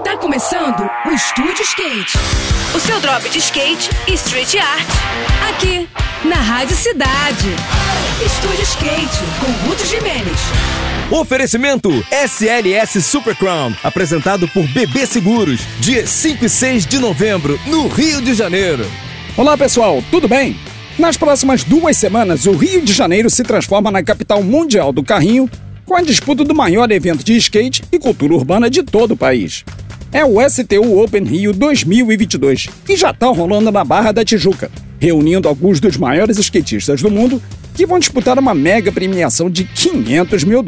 Tá começando o Estúdio Skate. O seu drop de skate e street art. Aqui, na Rádio Cidade. Estúdio Skate, com Ruth Jimenez. Oferecimento SLS Super Crown, apresentado por BB Seguros, dia 5 e 6 de novembro, no Rio de Janeiro. Olá pessoal, tudo bem? Nas próximas 2 semanas, o Rio de Janeiro se transforma na capital mundial do carrinho, com a disputa do maior evento de skate e cultura urbana de todo o país. É o STU Open Rio 2022 e já está rolando na Barra da Tijuca, reunindo alguns dos maiores skatistas do mundo que vão disputar uma mega premiação de $500 mil.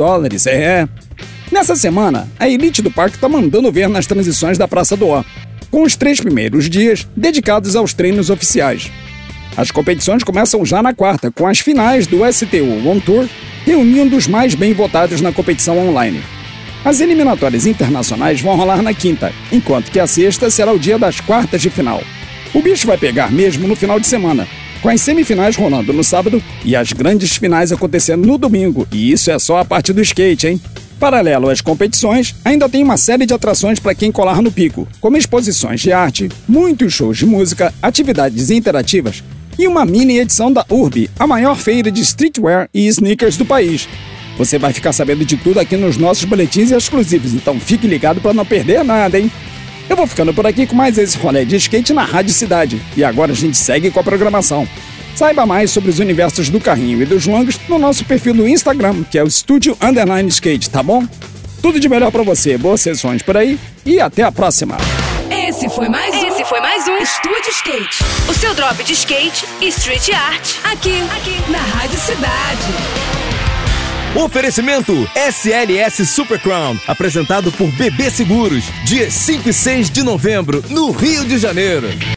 Nessa semana, a elite do parque está mandando ver nas transições da Praça do Ó, com os 3 primeiros dias dedicados aos treinos oficiais. As competições começam já na quarta, com as finais do STU On Tour, reunindo os mais bem votados na competição online. As eliminatórias internacionais vão rolar na quinta, enquanto que a sexta será o dia das quartas de final. O bicho vai pegar mesmo no final de semana, com as semifinais rolando no sábado e as grandes finais acontecendo no domingo, e isso é só a parte do skate, hein? Paralelo às competições, ainda tem uma série de atrações para quem colar no pico, como exposições de arte, muitos shows de música, atividades interativas e uma mini edição da URB, a maior feira de streetwear e sneakers do país. Você vai ficar sabendo de tudo aqui nos nossos boletins exclusivos, então fique ligado para não perder nada, hein? Eu vou ficando por aqui com mais esse rolê de skate na Rádio Cidade. E agora a gente segue com a programação. Saiba mais sobre os universos do carrinho e dos longos no nosso perfil no Instagram, que é o Studio_Skate, tá bom? Tudo de melhor pra você, boas sessões por aí e até a próxima! Esse foi mais um Estúdio Skate. O seu drop de skate e street art. Aqui na Rádio Cidade. Oferecimento SLS Super Crown, apresentado por BB Seguros, dia 5 e 6 de novembro, no Rio de Janeiro.